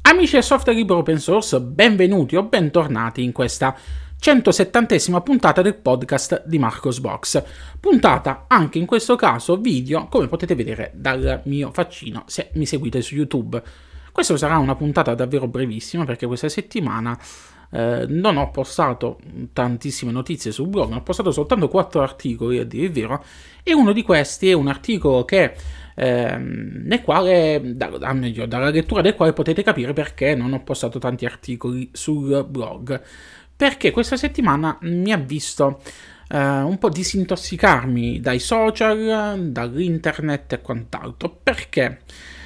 Amici del software libero open source, benvenuti o bentornati in questa 170esima puntata del podcast di Marcosbox. Puntata anche in questo caso video, come potete vedere dal mio faccino se mi seguite su YouTube. Questa sarà una puntata davvero brevissima perché questa settimana non ho postato tantissime notizie sul blog, ho postato soltanto 4 articoli a dire il vero, e uno di questi è un articolo che nel quale, dalla lettura del quale potete capire perché non ho postato tanti articoli sul blog, perché questa settimana mi ha visto un po' disintossicarmi dai social, dall'internet e quant'altro. Perché?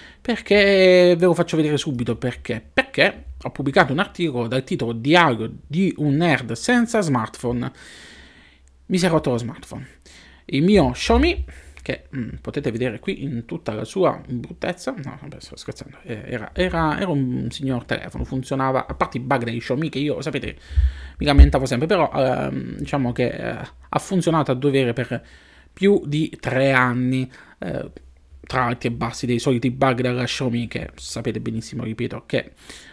Ve lo faccio vedere subito perché ho pubblicato un articolo dal titolo Diario di un nerd senza smartphone. Mi si è rotto lo smartphone, il mio Xiaomi, che potete vedere qui in tutta la sua bruttezza. No, vabbè, sto scherzando. Era un signor telefono, funzionava, a parte i bug dei Xiaomi che io, sapete, mi lamentavo sempre, però diciamo che ha funzionato a dovere per più di 3 anni, tra alti e bassi dei soliti bug della Xiaomi che sapete benissimo, ripeto, che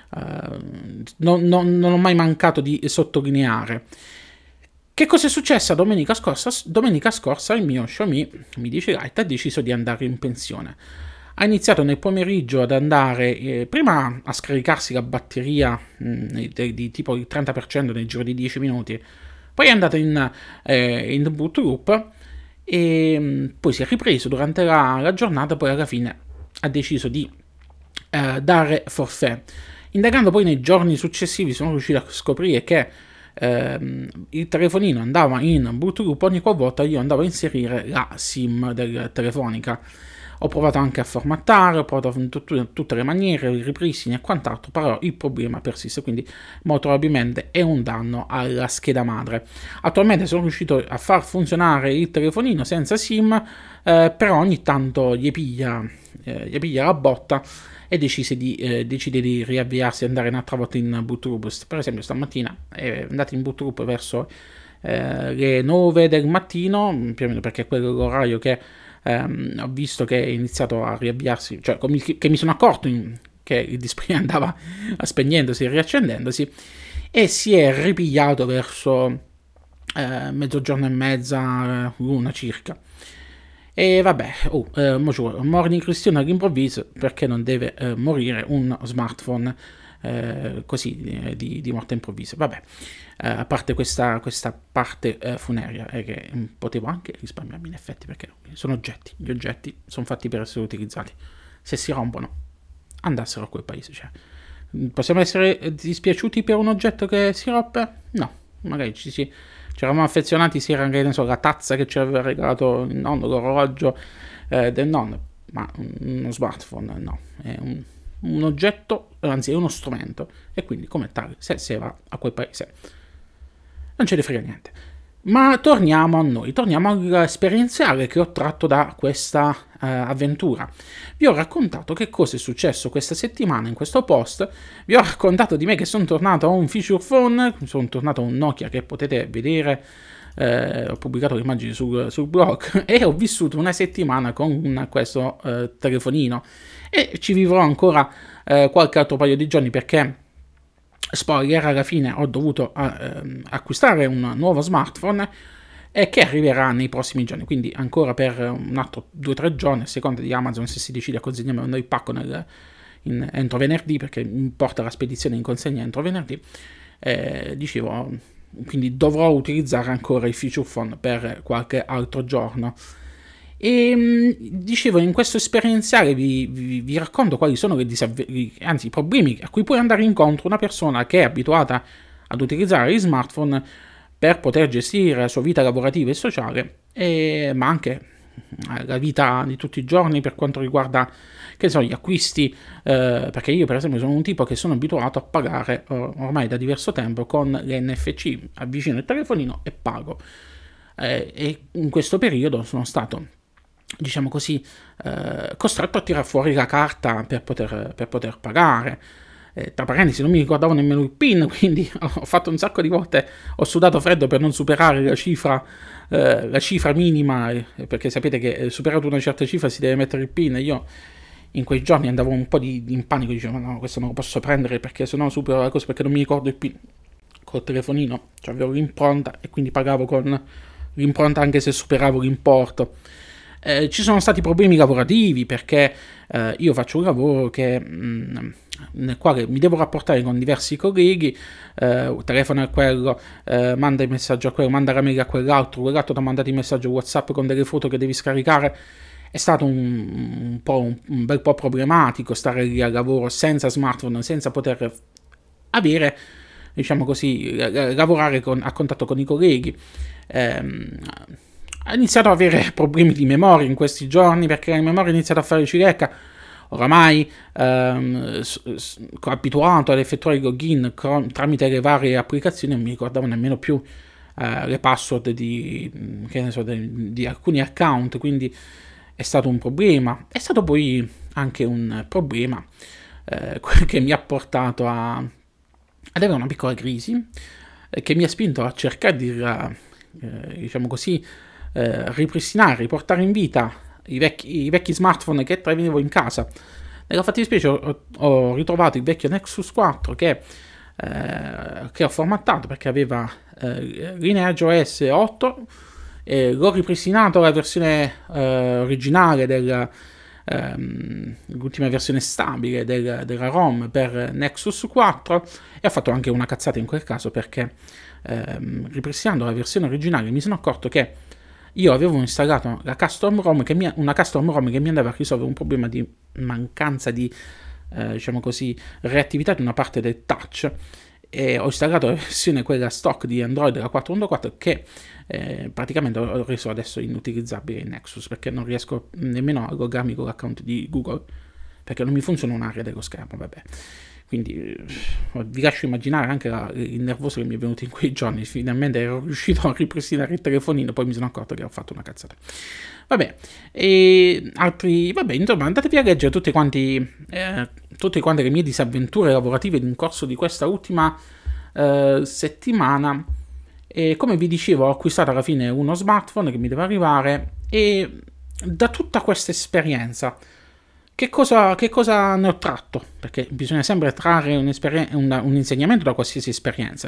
non ho mai mancato di sottolineare. Che cosa è successo domenica scorsa? Domenica scorsa il mio Xiaomi, mi dice Light, ha deciso di andare in pensione. Ha iniziato nel pomeriggio ad andare, prima a scaricarsi la batteria di tipo il 30% nel giro di 10 minuti, poi è andato in boot loop e poi si è ripreso durante la giornata, poi alla fine ha deciso di dare forfait. Indagando poi nei giorni successivi sono riuscito a scoprire che il telefonino andava in boot loop ogni qualvolta io andavo a inserire la SIM del Telefonica. Ho provato anche a formattare, ho provato in tutte le maniere, i ripristini e quant'altro, però il problema persiste, quindi molto probabilmente è un danno alla scheda madre. Attualmente sono riuscito a far funzionare il telefonino senza SIM, però ogni tanto gli piglia la botta e decide di riavviarsi e andare un'altra volta in boot loop. Per esempio stamattina è andato in boot loop verso le 9 del mattino, più o meno, perché è quello l'orario che ho visto che è iniziato a riavviarsi, cioè che mi sono accorto che il display andava spegnendosi e riaccendendosi, e si è ripigliato verso mezzogiorno e mezza, l'una circa. E vabbè, morning Cristiano all'improvviso, perché non deve morire un smartphone così di morte improvvisa. Vabbè, a parte questa parte funerea, che potevo anche risparmiarmi in effetti, perché sono gli oggetti sono fatti per essere utilizzati. Se si rompono, andassero a quel paese. Cioè, possiamo essere dispiaciuti per un oggetto che si rompe? No, magari ci eravamo affezionati, si era, che ne so, la tazza che ci aveva regalato il nonno, l'orologio del nonno, ma uno smartphone no, è un oggetto, anzi è uno strumento, e quindi come tale, se va a quel paese non ce ne frega niente. Ma torniamo a noi, torniamo all'esperienziale che ho tratto da questa avventura. Vi ho raccontato che cosa è successo questa settimana in questo post, vi ho raccontato di me che sono tornato a un feature phone, sono tornato a un Nokia che potete vedere, ho pubblicato le immagini sul blog, e ho vissuto una settimana con questo telefonino, e ci vivrò ancora qualche altro paio di giorni, perché spoiler, alla fine ho dovuto acquistare un nuovo smartphone che arriverà nei prossimi giorni, quindi ancora per un altro 2-3 giorni, a seconda di Amazon se si decide a consegnarmi il pacco entro venerdì, perché mi porta la spedizione in consegna entro venerdì. Dicevo, quindi dovrò utilizzare ancora il feature phone per qualche altro giorno. E dicevo, in questo esperienziale vi racconto quali sono i problemi a cui può andare incontro una persona che è abituata ad utilizzare gli smartphone per poter gestire la sua vita lavorativa e sociale, ma anche la vita di tutti i giorni per quanto riguarda, che sono gli acquisti, perché io per esempio sono un tipo che sono abituato a pagare ormai da diverso tempo con l'NFC, avvicino il telefonino e pago, e in questo periodo sono stato, diciamo così, costretto a tirare fuori la carta per poter pagare. Tra parentesi, non mi ricordavo nemmeno il PIN, quindi ho fatto un sacco di volte, ho sudato freddo per non superare la cifra minima, perché sapete che superato una certa cifra si deve mettere il PIN. Io in quei giorni andavo un po' in panico, dicevo no, questo non lo posso prendere perché sennò supero la cosa, perché non mi ricordo il PIN. Col telefonino, cioè avevo l'impronta e quindi pagavo con l'impronta anche se superavo l'importo. Ci sono stati problemi lavorativi perché io faccio un lavoro nel quale mi devo rapportare con diversi colleghi, telefono a quello, manda il messaggio a quello, manda la mail a quell'altro ti ha mandato il messaggio WhatsApp con delle foto che devi scaricare. È stato un bel po' problematico stare lì al lavoro senza smartphone, senza poter avere, diciamo così, lavorare a contatto con i colleghi. Ha iniziato ad avere problemi di memoria in questi giorni perché la memoria ha iniziato a fare cilecca. Oramai abituato ad effettuare il login tramite le varie applicazioni, non mi ricordavo nemmeno più le password di alcuni account, quindi è stato un problema. È stato poi anche un problema che mi ha portato ad avere una piccola crisi che mi ha spinto a cercare di diciamo così ripristinare, riportare in vita i vecchi smartphone che avevo in casa. Nella fattispecie ho ritrovato il vecchio Nexus 4 che ho formattato perché aveva Lineage OS 8, l'ho ripristinato la versione originale l'ultima versione stabile della ROM per Nexus 4 e ho fatto anche una cazzata in quel caso perché ripristinando la versione originale mi sono accorto che io avevo installato una custom ROM che mi andava a risolvere un problema di mancanza di diciamo così reattività di una parte del touch, e ho installato la versione quella stock di Android, la 4.4, che praticamente ho reso adesso inutilizzabile il Nexus perché non riesco nemmeno a loggarmi con l'account di Google perché non mi funziona un'area dello schermo, vabbè. Quindi vi lascio immaginare anche il nervoso che mi è venuto in quei giorni. Finalmente ero riuscito a ripristinare il telefonino, poi mi sono accorto che ho fatto una cazzata. Vabbè, insomma, andatevi a leggere tutte quante le mie disavventure lavorative in corso di questa ultima settimana. E come vi dicevo, ho acquistato alla fine uno smartphone che mi deve arrivare, e da tutta questa esperienza che cosa ne ho tratto? Perché bisogna sempre trarre un insegnamento da qualsiasi esperienza.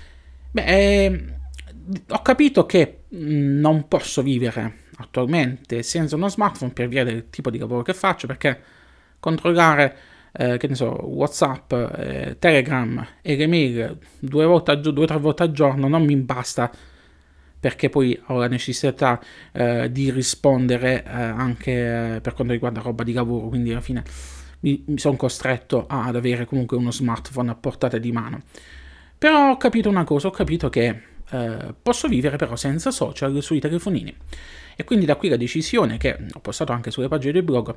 Ho capito che non posso vivere attualmente senza uno smartphone per via del tipo di lavoro che faccio, perché controllare WhatsApp, Telegram e le mail 2-3 volte al giorno non mi basta, perché poi ho la necessità di rispondere anche per quanto riguarda roba di lavoro, quindi alla fine mi sono costretto ad avere comunque uno smartphone a portata di mano. Però ho capito una cosa, ho capito che posso vivere però senza social sui telefonini, e quindi da qui la decisione, che ho postato anche sulle pagine del blog,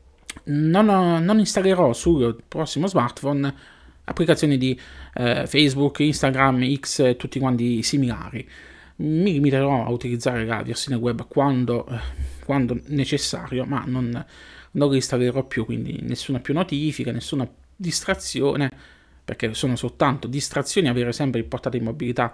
non installerò sul prossimo smartphone applicazioni di Facebook, Instagram, X e tutti quanti similari. Mi limiterò a utilizzare la versione web quando necessario, ma non lo installerò più, quindi nessuna più notifica, nessuna distrazione, perché sono soltanto distrazioni avere sempre in portata di mobilità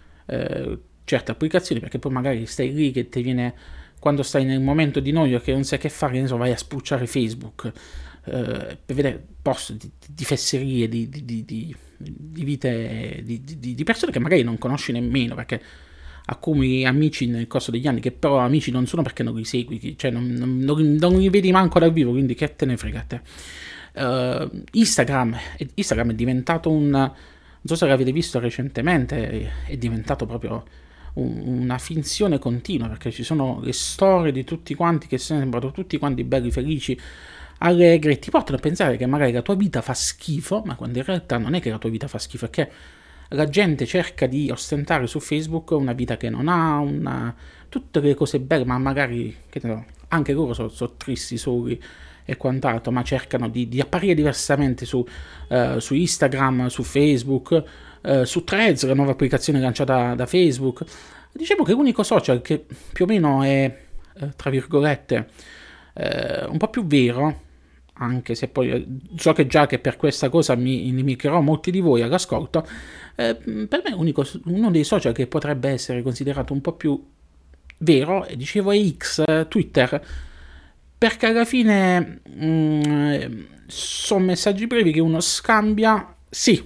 certe applicazioni, perché poi magari stai lì che ti viene, quando stai nel momento di noia che non sai che fare, vai a spulciare Facebook per vedere post di fesserie, di vite di persone che magari non conosci nemmeno, perché accumuli amici nel corso degli anni che però amici non sono perché non li segui, cioè non li vedi manco dal vivo, quindi che te ne frega a te. Instagram è diventato non so se l'avete visto recentemente, è diventato proprio una finzione continua, perché ci sono le storie di tutti quanti che sembrano tutti quanti belli, felici, allegri, e ti portano a pensare che magari la tua vita fa schifo, ma quando in realtà non è che la tua vita fa schifo, è che la gente cerca di ostentare su Facebook una vita che non ha, tutte le cose belle, ma magari anche loro sono tristi, soli e quant'altro, ma cercano di apparire diversamente su Instagram, su Facebook, su Threads, la nuova applicazione lanciata da Facebook. Dicevo che l'unico social che più o meno è, tra virgolette, un po' più vero, anche se poi so che già che per questa cosa mi inimicherò molti di voi all'ascolto, per me uno dei social che potrebbe essere considerato un po' più vero, dicevo, è X, Twitter, perché alla fine sono messaggi brevi che uno scambia, sì,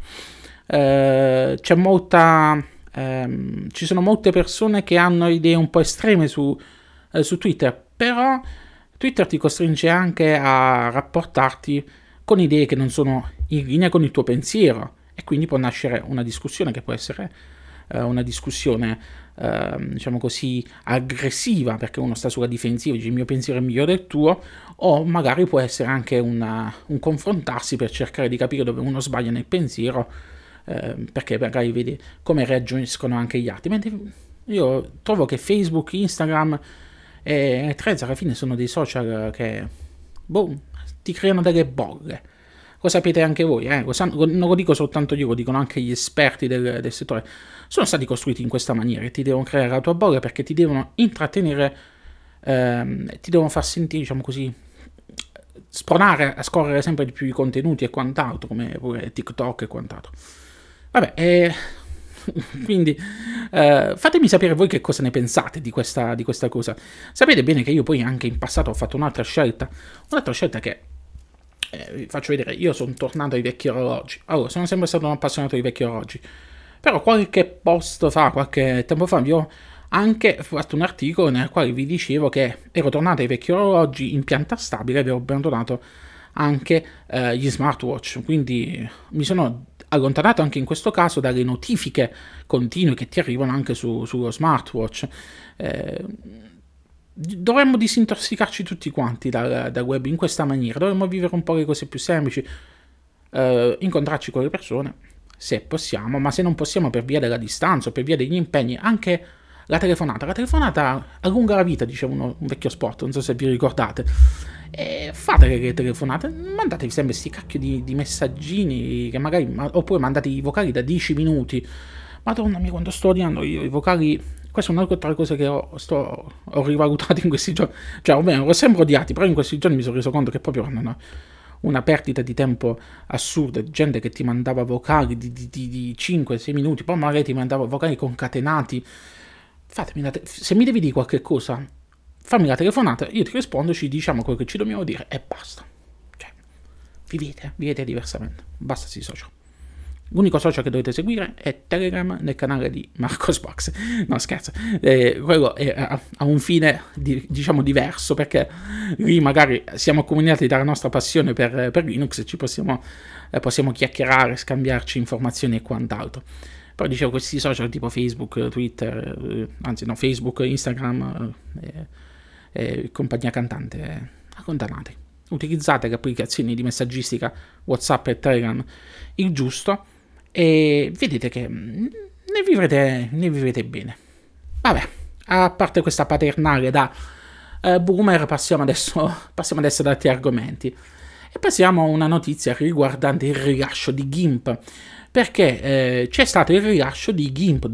c'è molta, ci sono molte persone che hanno idee un po' estreme su Twitter, però Twitter ti costringe anche a rapportarti con idee che non sono in linea con il tuo pensiero, e quindi può nascere una discussione che può essere una discussione, diciamo così, aggressiva, perché uno sta sulla difensiva, dice il mio pensiero è migliore del tuo, o magari può essere anche un confrontarsi per cercare di capire dove uno sbaglia nel pensiero, perché magari vedi come reagiscono anche gli altri. Mentre io trovo che Facebook, Instagram e Threads alla fine sono dei social che ti creano delle bolle. Lo sapete anche voi, non lo dico soltanto io, lo dicono anche gli esperti del settore. Sono stati costruiti in questa maniera, ti devono creare la tua bolla perché ti devono intrattenere, ti devono far sentire, diciamo così, spronare a scorrere sempre di più i contenuti e quant'altro, come pure TikTok e quant'altro. Vabbè, quindi fatemi sapere voi che cosa ne pensate di questa cosa. Sapete bene che io poi anche in passato ho fatto un'altra scelta che vi faccio vedere. Io sono tornato ai vecchi orologi. Allora, sono sempre stato un appassionato di vecchi orologi, però qualche tempo fa vi ho anche fatto un articolo nel quale vi dicevo che ero tornato ai vecchi orologi in pianta stabile e avevo abbandonato anche gli smartwatch, quindi mi sono allontanato anche in questo caso dalle notifiche continue che ti arrivano anche sullo smartwatch. Dovremmo disintossicarci tutti quanti dal web in questa maniera, dovremmo vivere un po' le cose più semplici, incontrarci con le persone se possiamo, ma se non possiamo per via della distanza o per via degli impegni, anche la telefonata allunga la vita, dice un vecchio sport, non so se vi ricordate. Fate le telefonate, mandatevi sempre sti cacchio di messaggini che magari, oppure mandate i vocali da 10 minuti. Madonna mia, quando sto odiando io i vocali. Questa è un'altra cosa che ho rivalutato in questi giorni. Cioè, ovvero, l'ho sempre odiati, però in questi giorni mi sono reso conto che proprio una perdita di tempo assurda. Gente che ti mandava vocali di 5-6 minuti, poi magari ti mandava vocali concatenati. Se mi devi dire qualche cosa, fammi la telefonata, io ti rispondo, ci diciamo quello che ci dobbiamo dire e basta. Cioè, vivete diversamente. Basta si social. L'unico social che dovete seguire è Telegram nel canale di Marcosbox. No, scherzo. Quello ha un fine, diciamo, diverso, perché lì magari siamo accomunati dalla nostra passione per Linux e ci possiamo chiacchierare, scambiarci informazioni e quant'altro. Però dicevo, questi social tipo Facebook, Twitter, Facebook, Instagram e compagnia cantante, allontanate. Utilizzate le applicazioni di messaggistica WhatsApp e Telegram il giusto e vedete che ne vivrete bene. Vabbè, a parte questa paternale da boomer, passiamo adesso ad altri argomenti e passiamo a una notizia riguardante il rilascio di GIMP, perché c'è stato il rilascio di GIMP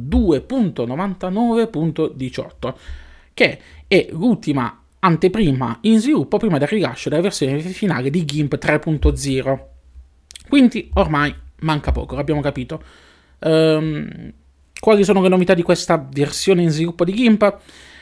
2.99.18, che è l'ultima anteprima in sviluppo prima del rilascio della versione finale di GIMP 3.0. Quindi ormai manca poco, l'abbiamo capito. Quali sono le novità di questa versione in sviluppo di GIMP?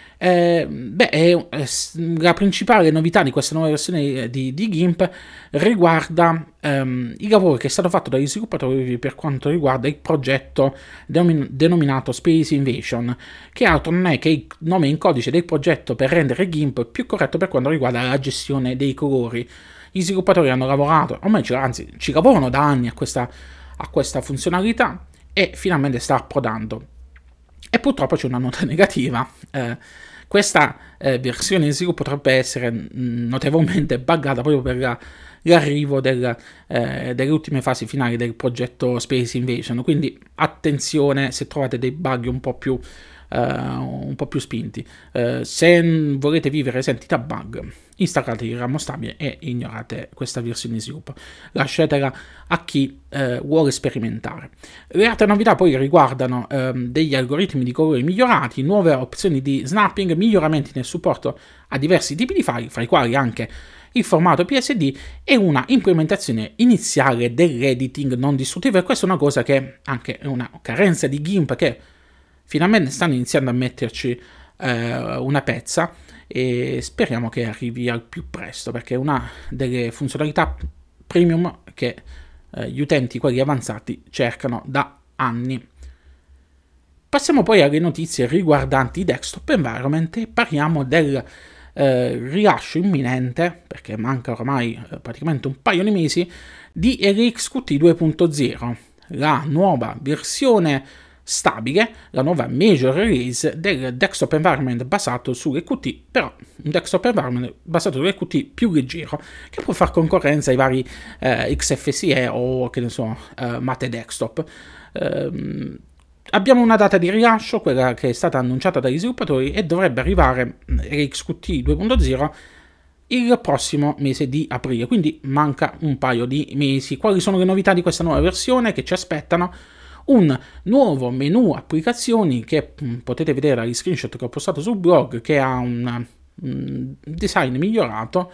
La principale novità di questa nuova versione di GIMP riguarda il lavoro che è stato fatto dagli sviluppatori per quanto riguarda il progetto denominato Space Invasion, che altro non è che il nome in codice del progetto per rendere GIMP più corretto per quanto riguarda la gestione dei colori. Gli sviluppatori hanno lavorato, ci lavorano da anni a questa funzionalità e finalmente sta approdando. E purtroppo c'è una nota negativa. Questa versione in sviluppo potrebbe essere notevolmente buggata proprio per l'arrivo delle ultime fasi finali del progetto Space Invasion. Quindi attenzione se trovate dei bug un po' più spinti. Se volete vivere esenti da bug, installate il ramo stabile e ignorate questa versione di sviluppo. Lasciatela a chi vuole sperimentare. Le altre novità poi riguardano degli algoritmi di colori migliorati, nuove opzioni di snapping, miglioramenti nel supporto a diversi tipi di file, fra i quali anche il formato PSD, e una implementazione iniziale dell'editing non distruttivo. E questa è una cosa che anche è una carenza di GIMP, che finalmente stanno iniziando a metterci una pezza, e speriamo che arrivi al più presto, perché è una delle funzionalità premium che gli utenti, quelli avanzati, cercano da anni. Passiamo poi alle notizie riguardanti i desktop environment e parliamo del rilascio imminente, perché manca oramai praticamente un paio di mesi, di RxQt 2.0, la nuova versione stabile, la nuova major release del desktop environment basato su Qt, però un desktop environment basato su Qt più leggero, che può far concorrenza ai vari XFCE o che ne so, Mate Desktop. Abbiamo una data di rilascio, quella che è stata annunciata dagli sviluppatori, e dovrebbe arrivare RxQt 2.0 il prossimo mese di aprile, quindi manca un paio di mesi. Quali sono le novità di questa nuova versione che ci aspettano? Un nuovo menu applicazioni che potete vedere dagli screenshot che ho postato sul blog, che ha un design migliorato,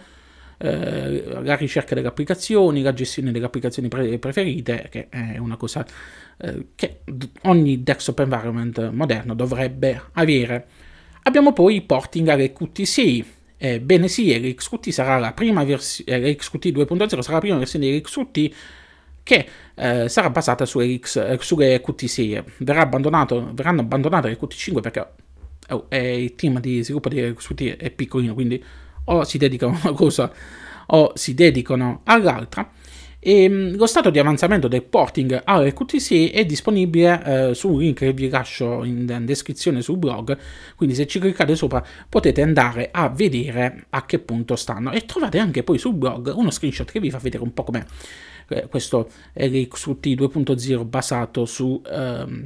la ricerca delle applicazioni, la gestione delle applicazioni preferite, che è una cosa che ogni desktop environment moderno dovrebbe avere. Abbiamo poi il porting all'Qt6. Bene sì, l'XQt sarà la prima versione, l'XQt 2.0 sarà la prima versione di l'XQt che sarà basata sulle Qt6. Verranno abbandonate le Qt5 perché il team di sviluppo di l'XQt è piccolino, quindi o si dedicano a una cosa o si dedicano all'altra. E lo stato di avanzamento del porting all'Qt6 è disponibile su un link che vi lascio in descrizione sul blog, quindi se ci cliccate sopra potete andare a vedere a che punto stanno, e trovate anche poi sul blog uno screenshot che vi fa vedere un po' com'è questo RxQt 2.0 basato sulle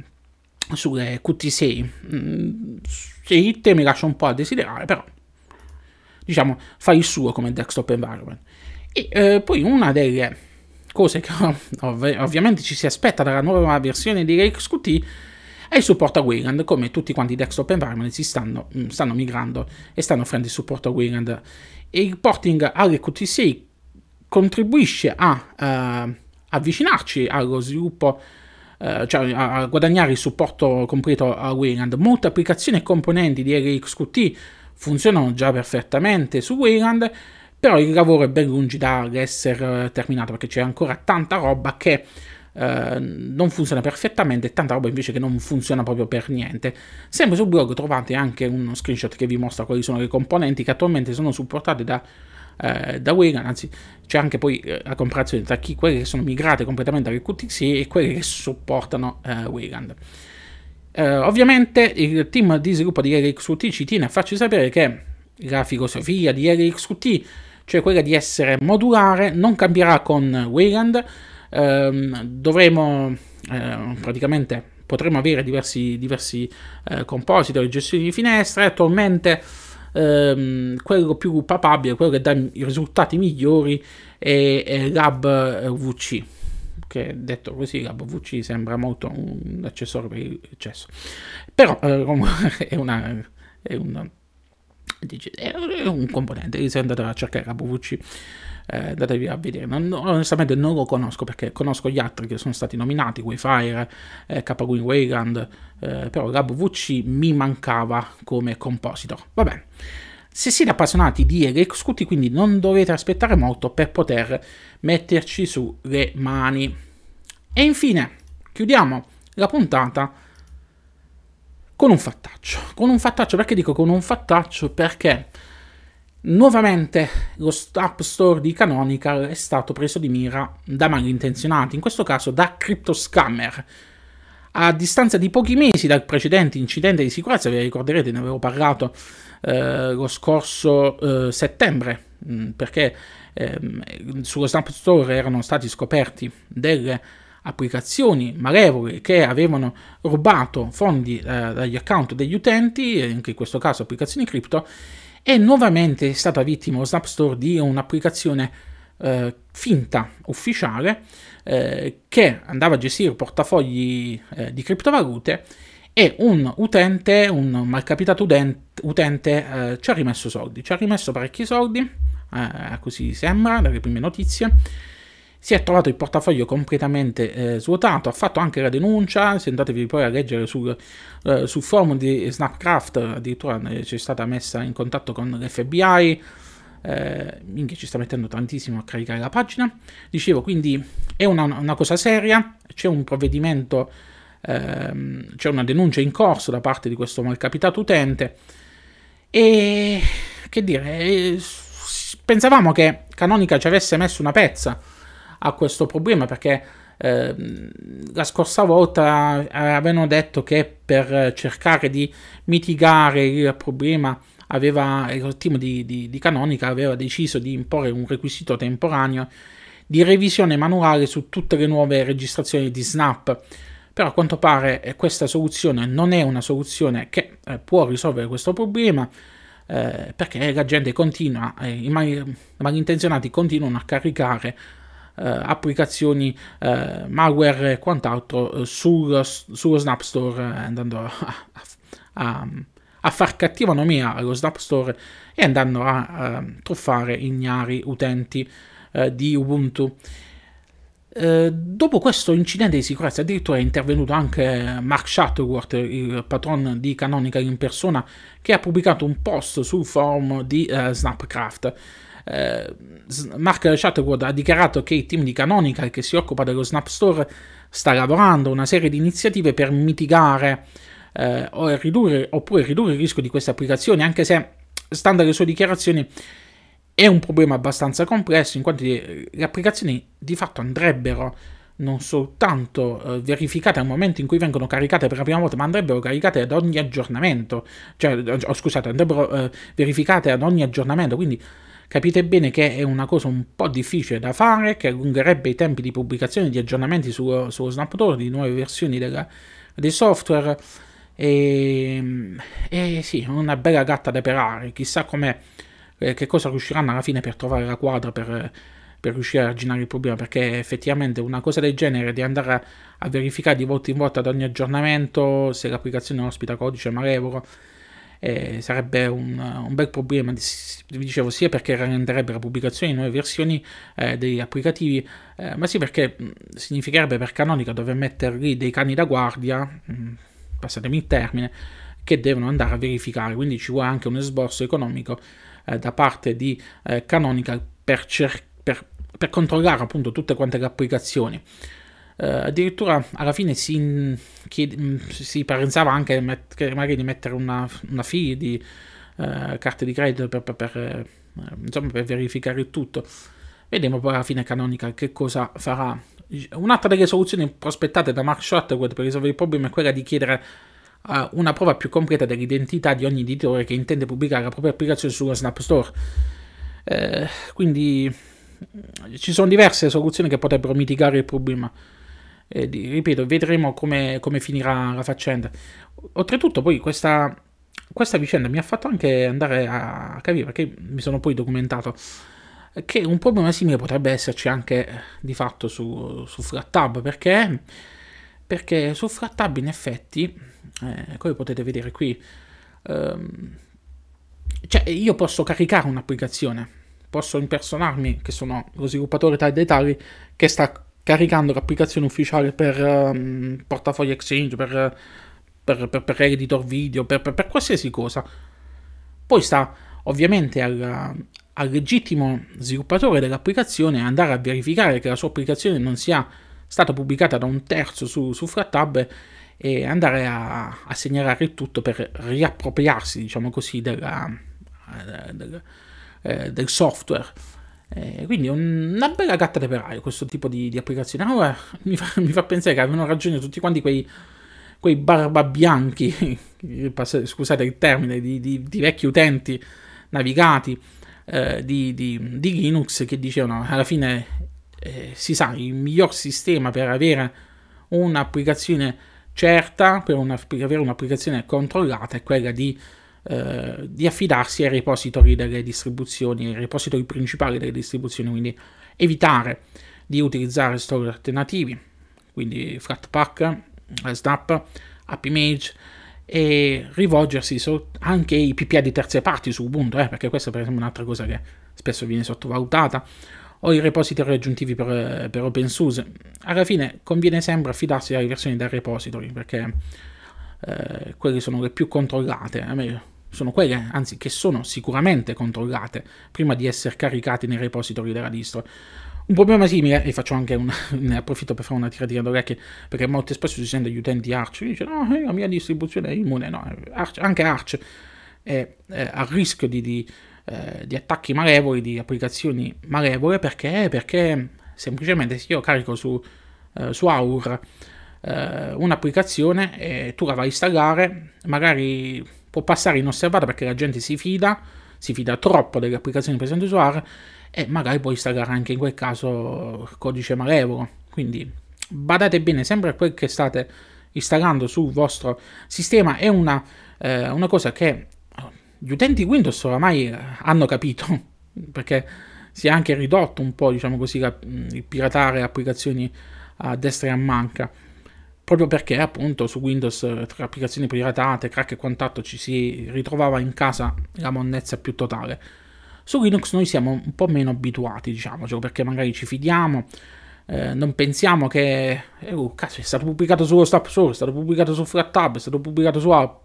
Qt6. Il tema mi lascia un po' a desiderare, però diciamo fa il suo come desktop environment. E poi una delle cose che ovviamente ci si aspetta dalla nuova versione di RxQt è il supporto a Wayland. Come tutti quanti i desktop environment si stanno migrando e stanno offrendo il supporto a Wayland, e il porting all'Qt6 contribuisce a avvicinarci allo sviluppo, cioè a guadagnare il supporto completo a Wayland. Molte applicazioni e componenti di RxQt funzionano già perfettamente su Wayland, però il lavoro è ben lungi dall'essere terminato, perché c'è ancora tanta roba che non funziona perfettamente e tanta roba invece che non funziona proprio per niente. Sempre sul blog trovate anche uno screenshot che vi mostra quali sono le componenti che attualmente sono supportate da Wayland, anzi c'è anche poi la comparazione tra quelle che sono migrate completamente alle Qt6 e quelle che supportano Wayland. Ovviamente il team di sviluppo di RxQt ci tiene a farci sapere che la filosofia di RxQt, cioè quella di essere modulare, non cambierà con Wayland. Praticamente potremo avere diversi compositor e gestioni di finestre. Attualmente quello più papabile, quello che dà i risultati migliori è LabVC, che detto così LabVC sembra molto un accessorio per il cesso, però è un componente. Se andate a cercare LabVC, andatevi a vedere. Onestamente non lo conosco, perché conosco gli altri che sono stati nominati, Wayfire, KWin Wayland, però LabVC mi mancava come compositor. Va bene, se siete appassionati di RxQt, quindi non dovete aspettare molto per poter metterci sulle mani. E infine chiudiamo la puntata con un fattaccio. Perché dico con un fattaccio? Perché nuovamente lo App Store di Canonical è stato preso di mira da malintenzionati, in questo caso da cryptoscammer. A distanza di pochi mesi dal precedente incidente di sicurezza, vi ricorderete, ne avevo parlato lo scorso settembre, perché sullo App Store erano stati scoperti delle applicazioni malevole che avevano rubato fondi dagli account degli utenti, anche in questo caso applicazioni cripto, e nuovamente è stata vittima lo Snap Store di un'applicazione finta ufficiale che andava a gestire portafogli di criptovalute, e un malcapitato utente ci ha rimesso parecchi soldi, così sembra dalle prime notizie. si è trovato il portafoglio completamente svuotato, ha fatto anche la denuncia, se andatevi poi a leggere sul forum di Snapcraft, addirittura c'è stata messa in contatto con l'FBI, minchia ci sta mettendo tantissimo a caricare la pagina, dicevo, quindi è una cosa seria, c'è un provvedimento, c'è una denuncia in corso da parte di questo malcapitato utente e che dire, pensavamo che Canonical ci avesse messo una pezza a questo problema, perché la scorsa volta avevano detto che per cercare di mitigare il problema il team di Canonical aveva deciso di imporre un requisito temporaneo di revisione manuale su tutte le nuove registrazioni di Snap. Però a quanto pare questa soluzione non è una soluzione che può risolvere questo problema, perché la gente continua, i malintenzionati continuano a caricare applicazioni, malware e quant'altro sullo Snap Store, andando a far cattiva nomea allo Snap Store e andando a truffare ignari utenti di Ubuntu. Dopo questo incidente di sicurezza addirittura è intervenuto anche Mark Shuttleworth, il patron di Canonical in persona, che ha pubblicato un post sul forum di Snapcraft. Mark Shuttleworth ha dichiarato che il team di Canonical che si occupa dello Snap Store sta lavorando a una serie di iniziative per mitigare oppure ridurre il rischio di queste applicazioni, anche se, stando alle sue dichiarazioni, è un problema abbastanza complesso, in quanto le applicazioni di fatto andrebbero non soltanto verificate al momento in cui vengono caricate per la prima volta, ma andrebbero caricate ad ogni aggiornamento, andrebbero verificate ad ogni aggiornamento, quindi capite bene che è una cosa un po' difficile da fare, che allungherebbe i tempi di pubblicazione di aggiornamenti sullo Snapdoor, di nuove versioni dei software, e sì, una bella gatta da pelare, chissà che cosa riusciranno alla fine per trovare la quadra per riuscire a arginare il problema, perché effettivamente una cosa del genere, di andare a verificare di volta in volta ad ogni aggiornamento se l'applicazione ospita codice malevolo, sarebbe un bel problema, vi dicevo, sia perché rallenterebbe la pubblicazione di nuove versioni degli applicativi, ma sì perché significherebbe per Canonical dover mettere lì dei cani da guardia, passatemi il termine, che devono andare a verificare, quindi ci vuole anche un esborso economico da parte di Canonical per controllare appunto tutte quante le applicazioni. Addirittura alla fine si pensava anche magari di mettere una fee di carte di credito per verificare il tutto. Vediamo poi alla fine Canonical che cosa farà. Un'altra delle soluzioni prospettate da Mark Shuttleworth per risolvere il problema è quella di chiedere una prova più completa dell'identità di ogni editore che intende pubblicare la propria applicazione sullo Snap Store. Quindi ci sono diverse soluzioni che potrebbero mitigare il problema. Ripeto, vedremo come finirà la faccenda. Oltretutto poi questa vicenda mi ha fatto anche andare a capire, perché mi sono poi documentato, che un problema simile potrebbe esserci anche di fatto su FlatTab, perché su FlatTab in effetti, come potete vedere qui, cioè io posso caricare un'applicazione, posso impersonarmi che sono lo sviluppatore tal dei tali che sta caricando l'applicazione ufficiale per portafoglio Exchange, per editor video, per qualsiasi cosa. Poi sta ovviamente al legittimo sviluppatore dell'applicazione andare a verificare che la sua applicazione non sia stata pubblicata da un terzo su FlatTab e andare a segnalare il tutto per riappropriarsi, diciamo così, del software. Quindi una bella gatta da pelaio questo tipo di applicazione. Allora mi fa pensare che avevano ragione tutti quanti quei barbabianchi, scusate il termine, di vecchi utenti navigati di Linux, che dicevano alla fine si sa, il miglior sistema per avere un'applicazione certa, per avere un'applicazione controllata, è quella di affidarsi ai repository delle distribuzioni, ai repository principali delle distribuzioni, quindi evitare di utilizzare store alternativi, quindi Flatpak, Snap, AppImage, e rivolgersi anche ai PPA di terze parti su Ubuntu, perché questa per esempio è un'altra cosa che spesso viene sottovalutata, o i repository aggiuntivi per OpenSUSE. Alla fine conviene sempre affidarsi alle versioni del repository, perché quelle sono le più controllate. A me sono quelle, anzi, che sono sicuramente controllate prima di essere caricati nei repository della distro. Un problema simile, e faccio anche ne approfitto per fare una tiratina d'orecchie, perché molto spesso si sente gli utenti Arch, dicono no, la mia distribuzione è immune. No, anche Arch è a rischio di attacchi malevoli, di applicazioni malevole, perché semplicemente se io carico su Aur un'applicazione e tu la vai a installare, magari può passare inosservata perché la gente si fida troppo delle applicazioni presenti su Aur, e magari puoi installare anche in quel caso codice malevolo. Quindi badate bene sempre a quel che state installando sul vostro sistema. È una cosa che gli utenti Windows oramai hanno capito, perché si è anche ridotto un po', diciamo così, il piratare applicazioni a destra e a manca, proprio perché appunto su Windows tra applicazioni piratate, crack e quant'altro ci si ritrovava in casa la monnezza più totale. Su Linux noi siamo un po' meno abituati, diciamocelo, perché magari ci fidiamo, non pensiamo che cazzo, è stato pubblicato sullo Stop Source, è stato pubblicato su FlatTab, è stato pubblicato su App.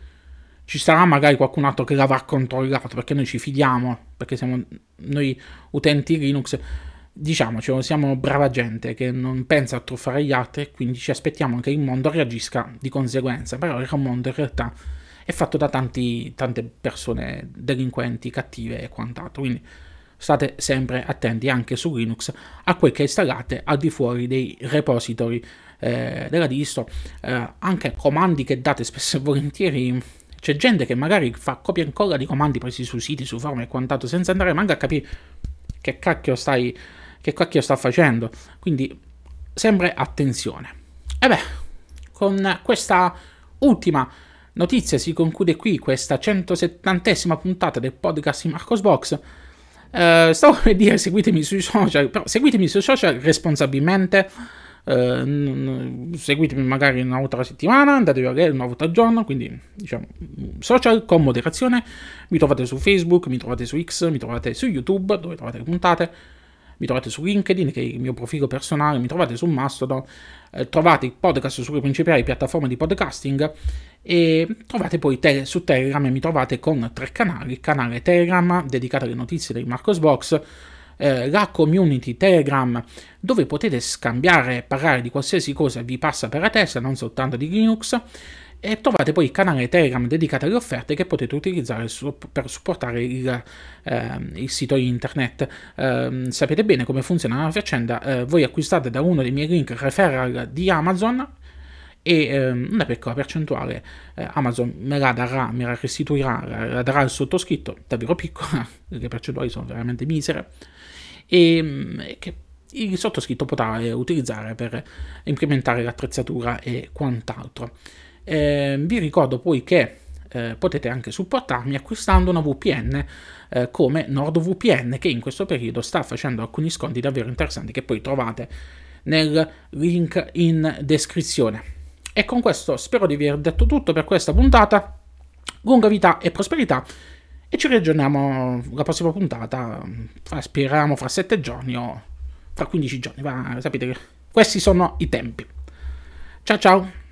Ci sarà magari qualcun altro che l'avrà controllato, perché noi ci fidiamo, perché siamo noi utenti Linux, diciamocelo, siamo brava gente che non pensa a truffare gli altri, quindi ci aspettiamo che il mondo reagisca di conseguenza. Però il mondo in realtà è fatto da tante persone delinquenti, cattive e quant'altro, quindi state sempre attenti anche su Linux a quel che installate al di fuori dei repository della distro, anche comandi che date spesso e volentieri. C'è gente che magari fa copia e incolla di comandi presi su siti, su forum e quant'altro, senza andare manco a capire che cacchio sta facendo. Quindi sempre attenzione. E beh, con questa ultima notizia si conclude qui questa 170esima puntata del podcast di Marcosbox. Stavo per dire seguitemi sui social, però seguitemi sui social responsabilmente. Seguitemi magari un'altra settimana, andatevi a vedere un nuovo giorno, quindi diciamo social con moderazione. Mi trovate su Facebook, mi trovate su X, mi trovate su YouTube dove trovate le puntate, mi trovate su LinkedIn che è il mio profilo personale, mi trovate su Mastodon, trovate il podcast sulle principali piattaforme di podcasting e trovate poi su Telegram, e mi trovate con 3 canali: il canale Telegram dedicato alle notizie di Marcosbox, la community Telegram dove potete scambiare e parlare di qualsiasi cosa vi passa per la testa, non soltanto di Linux, e trovate poi il canale Telegram dedicato alle offerte che potete utilizzare per supportare il sito internet. Sapete bene come funziona la faccenda, voi acquistate da uno dei miei link referral di Amazon e una piccola percentuale Amazon me la restituirà, la darà il sottoscritto, davvero piccola, le percentuali sono veramente misere, e che il sottoscritto potrà utilizzare per implementare l'attrezzatura e quant'altro. Vi ricordo poi che potete anche supportarmi acquistando una VPN come NordVPN, che in questo periodo sta facendo alcuni sconti davvero interessanti che poi trovate nel link in descrizione. E con questo spero di aver detto tutto per questa puntata. Lunga vita e prosperità, e ci riaggiorniamo la prossima puntata, speriamo fra 7 giorni o fra 15 giorni, sapete che questi sono i tempi. Ciao ciao!